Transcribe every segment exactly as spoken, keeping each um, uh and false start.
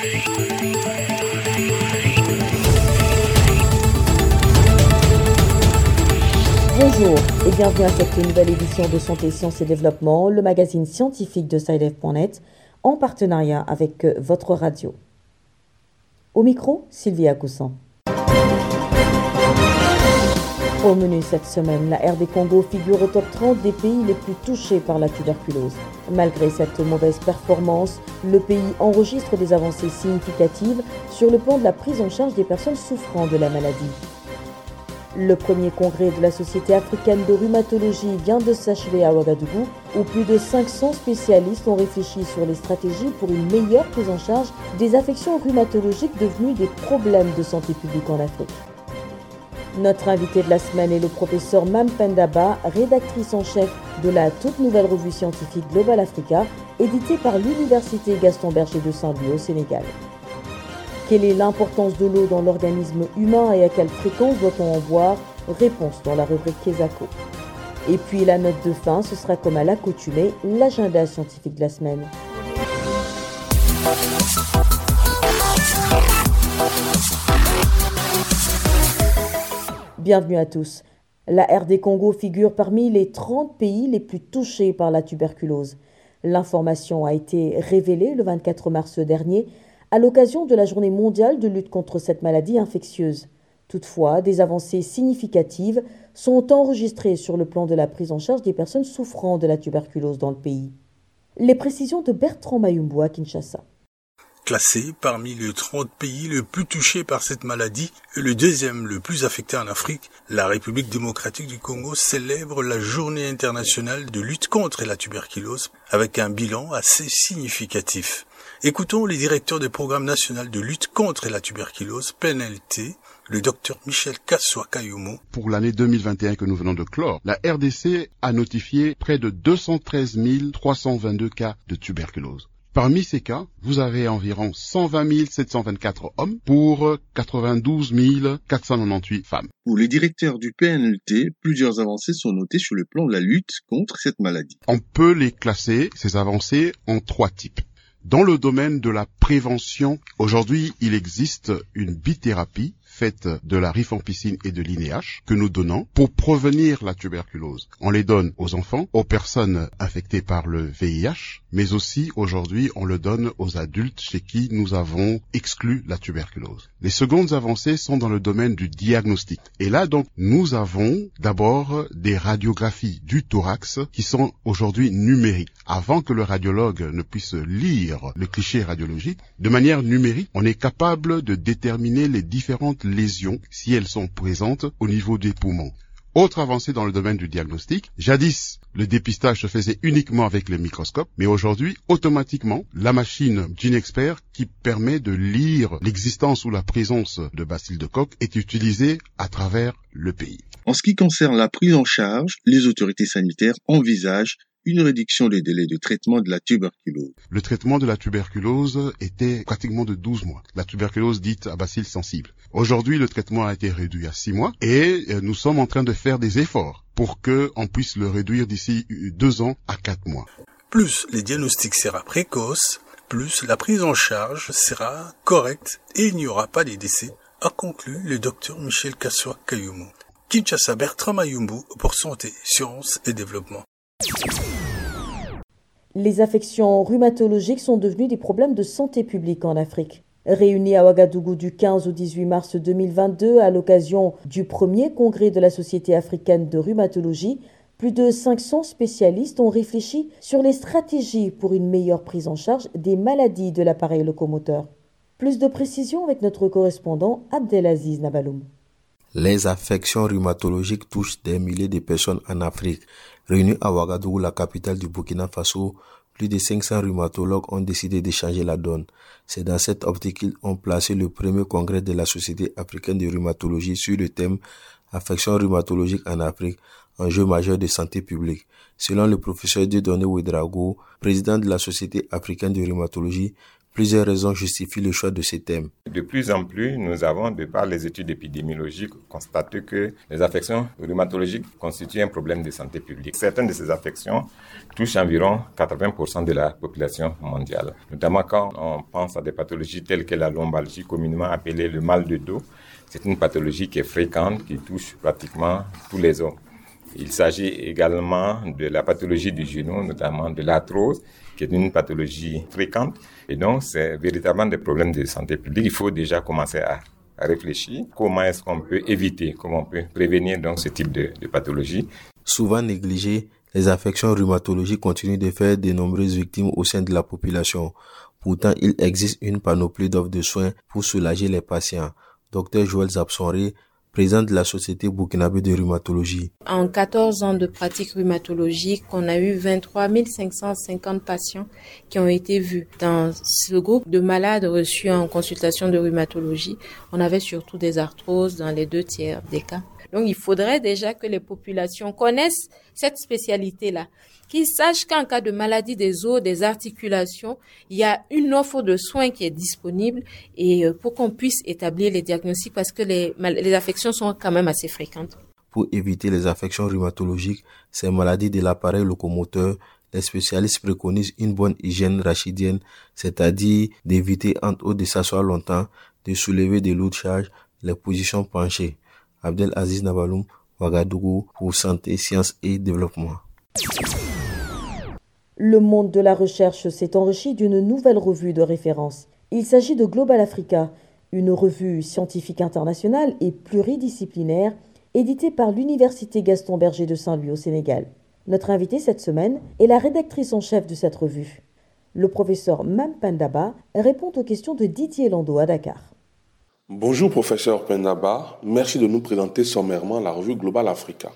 Bonjour et bienvenue à cette nouvelle édition de Santé, Sciences et Développement, le magazine scientifique de SciDev point net, en partenariat avec votre radio. Au micro, Sylvia Coussan. Au menu cette semaine, la R D Congo figure au top trente des pays les plus touchés par la tuberculose. Malgré cette mauvaise performance, le pays enregistre des avancées significatives sur le plan de la prise en charge des personnes souffrant de la maladie. Le premier congrès de la Société africaine de rhumatologie vient de s'achever à Ouagadougou, où plus de cinq cents spécialistes ont réfléchi sur les stratégies pour une meilleure prise en charge des affections rhumatologiques devenues des problèmes de santé publique en Afrique. Notre invité de la semaine est le professeur Mam Pendaba, rédactrice en chef de la toute nouvelle revue scientifique Global Africa, éditée par l'Université Gaston Berger de Saint-Louis au Sénégal. Quelle est l'importance de l'eau dans l'organisme humain et à quelle fréquence doit-on en boire? Réponse dans la rubrique Kesako. Et puis la note de fin, ce sera comme à l'accoutumée, l'agenda scientifique de la semaine. Bienvenue à tous. La R D Congo figure parmi les trente pays les plus touchés par la tuberculose. L'information a été révélée le vingt-quatre mars dernier à l'occasion de la journée mondiale de lutte contre cette maladie infectieuse. Toutefois, des avancées significatives sont enregistrées sur le plan de la prise en charge des personnes souffrant de la tuberculose dans le pays. Les précisions de Bertrand Mayumbu à Kinshasa. Classé parmi les trente pays les plus touchés par cette maladie et le deuxième le plus affecté en Afrique, la République démocratique du Congo célèbre la journée internationale de lutte contre la tuberculose avec un bilan assez significatif. Écoutons les directeurs du programme national de lutte contre la tuberculose, P N L T, le docteur Michel Kassoua-Kayumo. Pour l'année deux mille vingt et un que nous venons de clore, la R D C a notifié près de deux cent treize mille trois cent vingt-deux cas de tuberculose. Parmi ces cas, vous avez environ cent vingt mille sept cent vingt-quatre hommes pour quatre-vingt-douze mille quatre cent quatre-vingt-dix-huit femmes. Pour les directeurs du P N L T, plusieurs avancées sont notées sur le plan de la lutte contre cette maladie. On peut les classer, ces avancées, en trois types. Dans le domaine de la prévention, aujourd'hui, il existe une bithérapie faite de la rifampicine et de l'I N H que nous donnons pour prévenir la tuberculose. On les donne aux enfants, aux personnes infectées par le V I H, mais aussi aujourd'hui on le donne aux adultes chez qui nous avons exclu la tuberculose. Les secondes avancées sont dans le domaine du diagnostic. Et là donc nous avons d'abord des radiographies du thorax qui sont aujourd'hui numériques. Avant que le radiologue ne puisse lire le cliché radiologique, de manière numérique, on est capable de déterminer les différentes lésions si elles sont présentes au niveau des poumons. Autre avancée dans le domaine du diagnostic, jadis, le dépistage se faisait uniquement avec le microscope, mais aujourd'hui, automatiquement, la machine GeneXpert qui permet de lire l'existence ou la présence de bacilles de Koch est utilisée à travers le pays. En ce qui concerne la prise en charge, les autorités sanitaires envisagent une réduction des délais de traitement de la tuberculose. Le traitement de la tuberculose était pratiquement de douze mois. La tuberculose dite à bacilles sensibles. Aujourd'hui, le traitement a été réduit à six mois et nous sommes en train de faire des efforts pour qu'on puisse le réduire d'ici deux ans à quatre mois. Plus les diagnostics sera précoce, plus la prise en charge sera correcte et il n'y aura pas de décès, a conclu le docteur Michel Kassoua-Kayumo. Kinshasa, Bertrand Mayumbu pour Santé, Sciences et Développement. Les affections rhumatologiques sont devenues des problèmes de santé publique en Afrique. Réunis à Ouagadougou du quinze au dix-huit mars deux mille vingt-deux à l'occasion du premier congrès de la Société africaine de rhumatologie, plus de cinq cents spécialistes ont réfléchi sur les stratégies pour une meilleure prise en charge des maladies de l'appareil locomoteur. Plus de précisions avec notre correspondant Abdelaziz Nabaloum. Les affections rhumatologiques touchent des milliers de personnes en Afrique. Réunis à Ouagadougou, la capitale du Burkina Faso, plus de cinq cents rhumatologues ont décidé de changer la donne. C'est dans cette optique qu'ils ont placé le premier congrès de la Société africaine de rhumatologie sur le thème « Affections rhumatologiques en Afrique, enjeu majeur de santé publique ». Selon le professeur Dieudonné Ouedraogo, président de la Société africaine de rhumatologie, Plusieurs raisons justifient le choix de ces thèmes. De plus en plus, nous avons, de par les études épidémiologiques, constaté que les affections rhumatologiques constituent un problème de santé publique. Certaines de ces affections touchent environ quatre-vingts pour cent de la population mondiale, notamment quand on pense à des pathologies telles que la lombalgie, communément appelée le mal de dos. C'est une pathologie qui est fréquente, qui touche pratiquement tous les hommes. Il s'agit également de la pathologie du genou, notamment de l'arthrose, qui est une pathologie fréquente. Et donc, c'est véritablement des problèmes de santé publique. Il faut déjà commencer à, à réfléchir. Comment est-ce qu'on peut éviter, comment on peut prévenir donc ce type de, de pathologie. Souvent négligées, les affections rhumatologiques continuent de faire de nombreuses victimes au sein de la population. Pourtant, il existe une panoplie d'offres de soins pour soulager les patients. Docteur Joël Zabsonré, président de la Société burkinabé de rhumatologie. En quatorze ans de pratique rhumatologique, on a eu vingt-trois mille cinq cent cinquante patients qui ont été vus. Dans ce groupe de malades reçus en consultation de rhumatologie, on avait surtout des arthroses dans les deux tiers des cas. Donc il faudrait déjà que les populations connaissent cette spécialité-là, qu'ils sachent qu'en cas de maladie des os, des articulations, il y a une offre de soins qui est disponible et pour qu'on puisse établir les diagnostics parce que les, les affections sont quand même assez fréquentes. Pour éviter les affections rhumatologiques, ces maladies de l'appareil locomoteur, les spécialistes préconisent une bonne hygiène rachidienne, c'est-à-dire d'éviter entre autres de s'asseoir longtemps, de soulever de lourdes charges, les positions penchées. Abdel Aziz Nabaloum, Ouagadougou, pour Santé, Sciences et Développement. Le monde de la recherche s'est enrichi d'une nouvelle revue de référence. Il s'agit de Global Africa, une revue scientifique internationale et pluridisciplinaire éditée par l'Université Gaston Berger de Saint-Louis au Sénégal. Notre invitée cette semaine est la rédactrice en chef de cette revue. Le professeur Mam Pendaba répond aux questions de Didier Landau à Dakar. Bonjour professeur Pendaba, merci de nous présenter sommairement la revue Global Africa.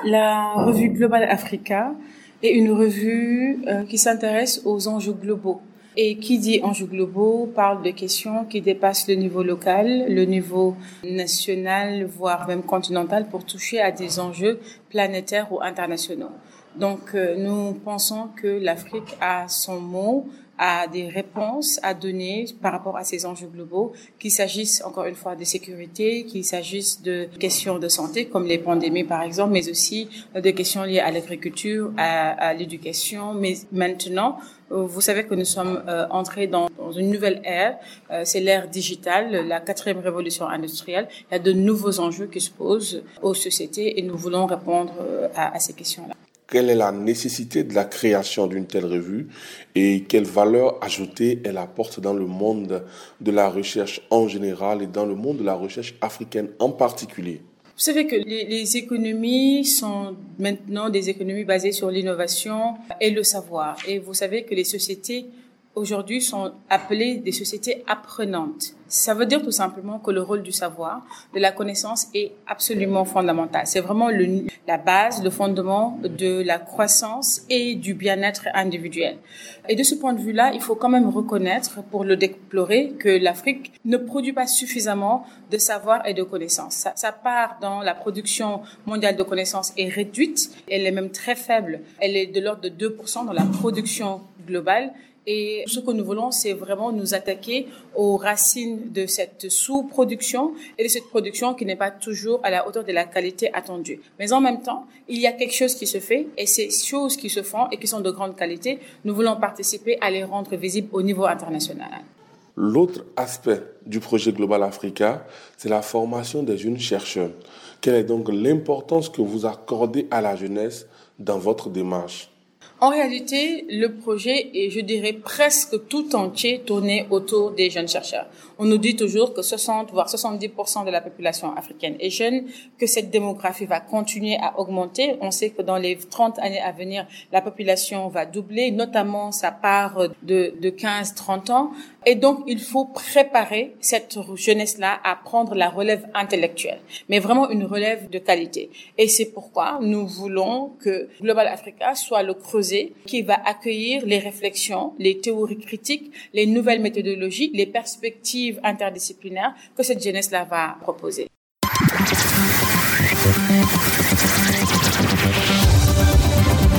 La revue Global Africa est une revue euh, qui s'intéresse aux enjeux globaux. Et qui dit enjeux globaux parle de questions qui dépassent le niveau local, le niveau national, voire même continental pour toucher à des enjeux planétaires ou internationaux. Donc euh, nous pensons que l'Afrique a son mot, a des réponses à donner par rapport à ces enjeux globaux, qu'il s'agisse encore une fois de sécurité, qu'il s'agisse de questions de santé comme les pandémies par exemple, mais aussi de questions liées à l'agriculture, à, à l'éducation. Mais maintenant, vous savez que nous sommes euh, entrés dans, dans une nouvelle ère, euh, c'est l'ère digitale, la quatrième révolution industrielle. Il y a de nouveaux enjeux qui se posent aux sociétés et nous voulons répondre euh, à, à ces questions-là. Quelle est la nécessité de la création d'une telle revue et quelle valeur ajoutée elle apporte dans le monde de la recherche en général et dans le monde de la recherche africaine en particulier? Vous savez que les, les économies sont maintenant des économies basées sur l'innovation et le savoir. Et vous savez que les sociétés aujourd'hui sont appelées des sociétés apprenantes. Ça veut dire tout simplement que le rôle du savoir, de la connaissance est absolument fondamental. C'est vraiment le, la base, le fondement de la croissance et du bien-être individuel. Et de ce point de vue-là, il faut quand même reconnaître, pour le déplorer, que l'Afrique ne produit pas suffisamment de savoir et de connaissances. Sa, sa part dans la production mondiale de connaissances est réduite, elle est même très faible. Elle est de l'ordre de deux pour cent dans la production globale. Et ce que nous voulons, c'est vraiment nous attaquer aux racines de cette sous-production et de cette production qui n'est pas toujours à la hauteur de la qualité attendue. Mais en même temps, il y a quelque chose qui se fait et ces choses qui se font et qui sont de grande qualité, nous voulons participer à les rendre visibles au niveau international. L'autre aspect du projet Global Africa, c'est la formation des jeunes chercheurs. Quelle est donc l'importance que vous accordez à la jeunesse dans votre démarche ? En réalité, le projet est, je dirais, presque tout entier tourné autour des jeunes chercheurs. On nous dit toujours que soixante voire soixante-dix pour cent de la population africaine est jeune, que cette démographie va continuer à augmenter. On sait que dans les trente années à venir, la population va doubler, notamment sa part de, de quinze à trente ans. Et donc, il faut préparer cette jeunesse-là à prendre la relève intellectuelle, mais vraiment une relève de qualité. Et c'est pourquoi nous voulons que Global Africa soit le creuset qui va accueillir les réflexions, les théories critiques, les nouvelles méthodologies, les perspectives interdisciplinaires que cette jeunesse-là va proposer.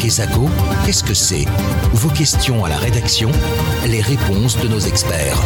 Kesako, qu'est-ce que c'est? Vos questions à la rédaction, les réponses de nos experts.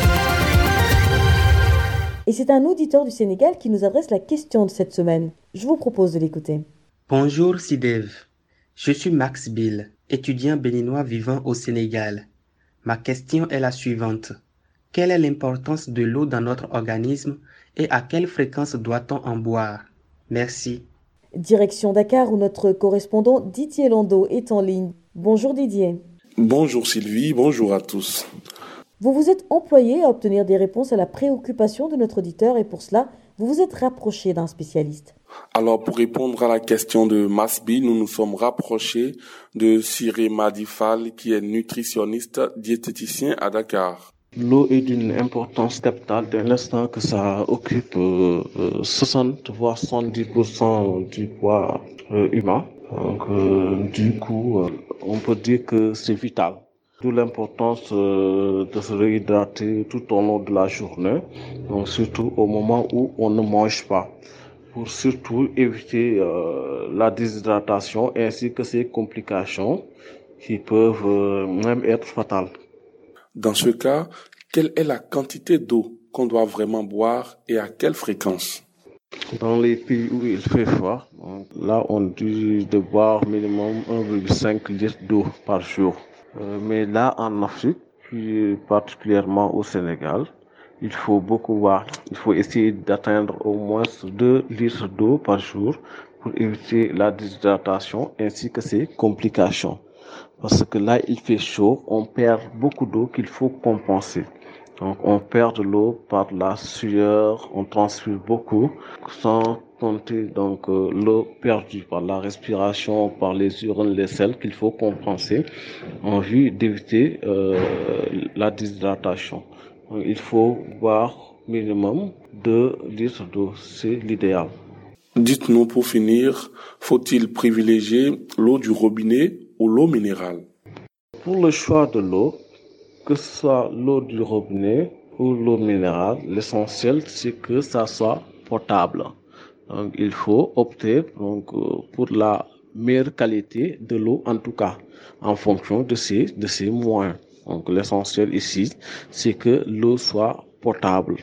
Et c'est un auditeur du Sénégal qui nous adresse la question de cette semaine. Je vous propose de l'écouter. Bonjour Sidev, je suis Max Bill, étudiant béninois vivant au Sénégal. Ma question est la suivante. Quelle est l'importance de l'eau dans notre organisme et à quelle fréquence doit-on en boire? Merci. Direction Dakar où notre correspondant Didier Landau est en ligne. Bonjour Didier. Bonjour Sylvie, bonjour à tous. Vous vous êtes employé à obtenir des réponses à la préoccupation de notre auditeur et pour cela, vous vous êtes rapproché d'un spécialiste. Alors pour répondre à la question de Masbi, nous nous sommes rapprochés de Siré Madifal qui est nutritionniste diététicien à Dakar. L'eau est d'une importance capitale dès l'instant que ça occupe euh, soixante voire soixante-dix pour cent du poids euh, humain. Donc euh, du coup, euh, on peut dire que c'est vital. D'où l'importance euh, de se réhydrater tout au long de la journée, donc surtout au moment où on ne mange pas, pour surtout éviter euh, la déshydratation ainsi que ses complications qui peuvent euh, même être fatales. Dans ce cas, quelle est la quantité d'eau qu'on doit vraiment boire et à quelle fréquence? Dans les pays où il fait froid, donc là on dit de boire minimum un virgule cinq litres d'eau par jour. Euh, mais là, en Afrique, plus particulièrement au Sénégal, il faut beaucoup boire. Il faut essayer d'atteindre au moins deux litres d'eau par jour pour éviter la déshydratation ainsi que ses complications. Parce que là, il fait chaud, on perd beaucoup d'eau qu'il faut compenser. Donc, on perd de l'eau par la sueur, on transpire beaucoup, sans compter donc euh, l'eau perdue par la respiration, par les urines, les selles qu'il faut compenser en vue d'éviter euh, la déshydratation. Donc, il faut boire minimum deux litres d'eau, c'est l'idéal. Dites-nous pour finir, faut-il privilégier l'eau du robinet ou l'eau minérale? Pour le choix de l'eau, que ce soit l'eau du robinet ou l'eau minérale, l'essentiel c'est que ça soit potable. Donc il faut opter donc, pour la meilleure qualité de l'eau en tout cas, en fonction de ses, de ses moyens. Donc l'essentiel ici, c'est que l'eau soit potable.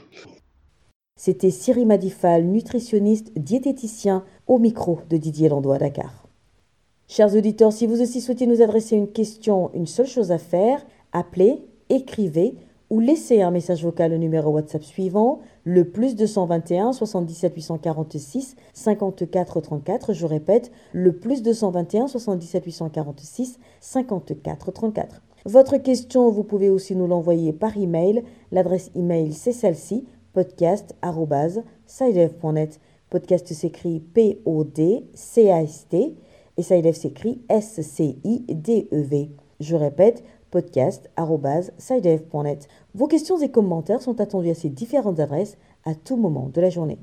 C'était Siri Madifal, nutritionniste diététicien, au micro de Didier Landau à Dakar. Chers auditeurs, si vous aussi souhaitez nous adresser une question, une seule chose à faire, appelez, écrivez ou laissez un message vocal au numéro WhatsApp suivant, le plus deux cent vingt et un soixante-dix-sept huit cent quarante-six cinquante-quatre trente-quatre. Je répète, le plus deux cent vingt et un soixante-dix-sept huit cent quarante-six cinquante-quatre trente-quatre. Votre question, vous pouvez aussi nous l'envoyer par email. L'adresse email, c'est celle-ci, podcast arobase sidev point net. Podcast s'écrit P O D C A S T et Sidev s'écrit S C I D E V. Je répète, podcast arobase sidev point net. Vos questions et commentaires sont attendus à ces différentes adresses à tout moment de la journée.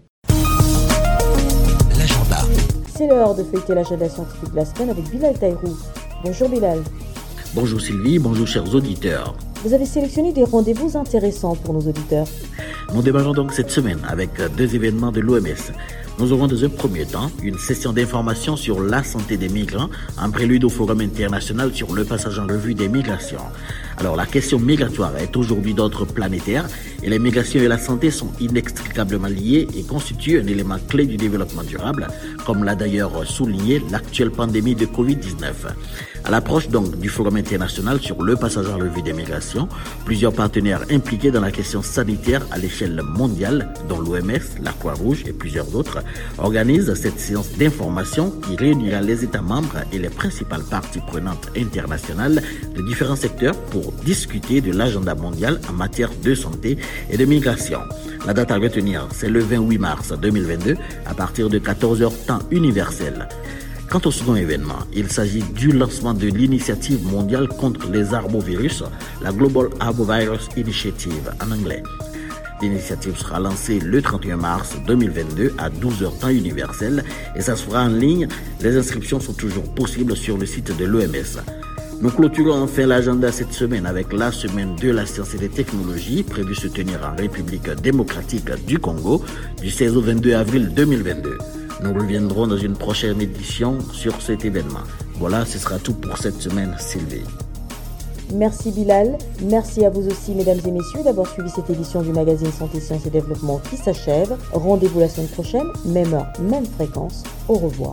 L'agenda. C'est l'heure de feuilleter l'agenda scientifique de la semaine avec Bilal Taïrou. Bonjour Bilal. Bonjour Sylvie, bonjour chers auditeurs. Vous avez sélectionné des rendez-vous intéressants pour nos auditeurs. Nous démarrons donc cette semaine avec deux événements de l'O M S. Nous aurons dans un premier temps une session d'information sur la santé des migrants, en prélude au Forum international sur le passage en revue des migrations. Alors la question migratoire est aujourd'hui d'ordre planétaire et les migrations et la santé sont inextricablement liées et constituent un élément clé du développement durable, comme l'a d'ailleurs souligné l'actuelle pandémie de covid dix-neuf. À l'approche donc du Forum international sur le passage en revue des migrations, plusieurs partenaires impliqués dans la question sanitaire à l'échelle mondiale, dont l'O M S, la Croix-Rouge et plusieurs autres, organisent cette séance d'information qui réunira les États membres et les principales parties prenantes internationales de différents secteurs pour discuter de l'agenda mondial en matière de santé et de migration. La date à retenir, c'est le vingt-huit mars deux mille vingt-deux à partir de quatorze heures temps universel. Quant au second événement, il s'agit du lancement de l'initiative mondiale contre les arbovirus, la Global Arbovirus Initiative en anglais. L'initiative sera lancée le trente et un mars deux mille vingt-deux à douze heures temps universel et ça se fera en ligne. Les inscriptions sont toujours possibles sur le site de l'O M S. Nous clôturons enfin l'agenda cette semaine avec la semaine de la science et des technologies prévue se tenir en République démocratique du Congo du seize au vingt-deux avril deux mille vingt-deux. Nous reviendrons dans une prochaine édition sur cet événement. Voilà, ce sera tout pour cette semaine, Sylvie. Merci Bilal, merci à vous aussi mesdames et messieurs d'avoir suivi cette édition du magazine Santé, Sciences et Développement qui s'achève. Rendez-vous la semaine prochaine, même heure, même fréquence. Au revoir.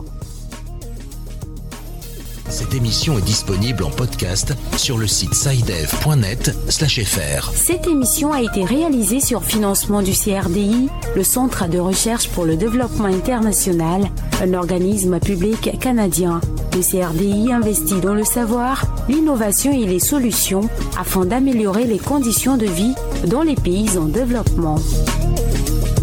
Cette émission est disponible en podcast sur le site saidev point net slash f r. Cette émission a été réalisée sur financement du C R D I, le Centre de recherche pour le développement international, un organisme public canadien. Le C R D I investit dans le savoir, l'innovation et les solutions afin d'améliorer les conditions de vie dans les pays en développement.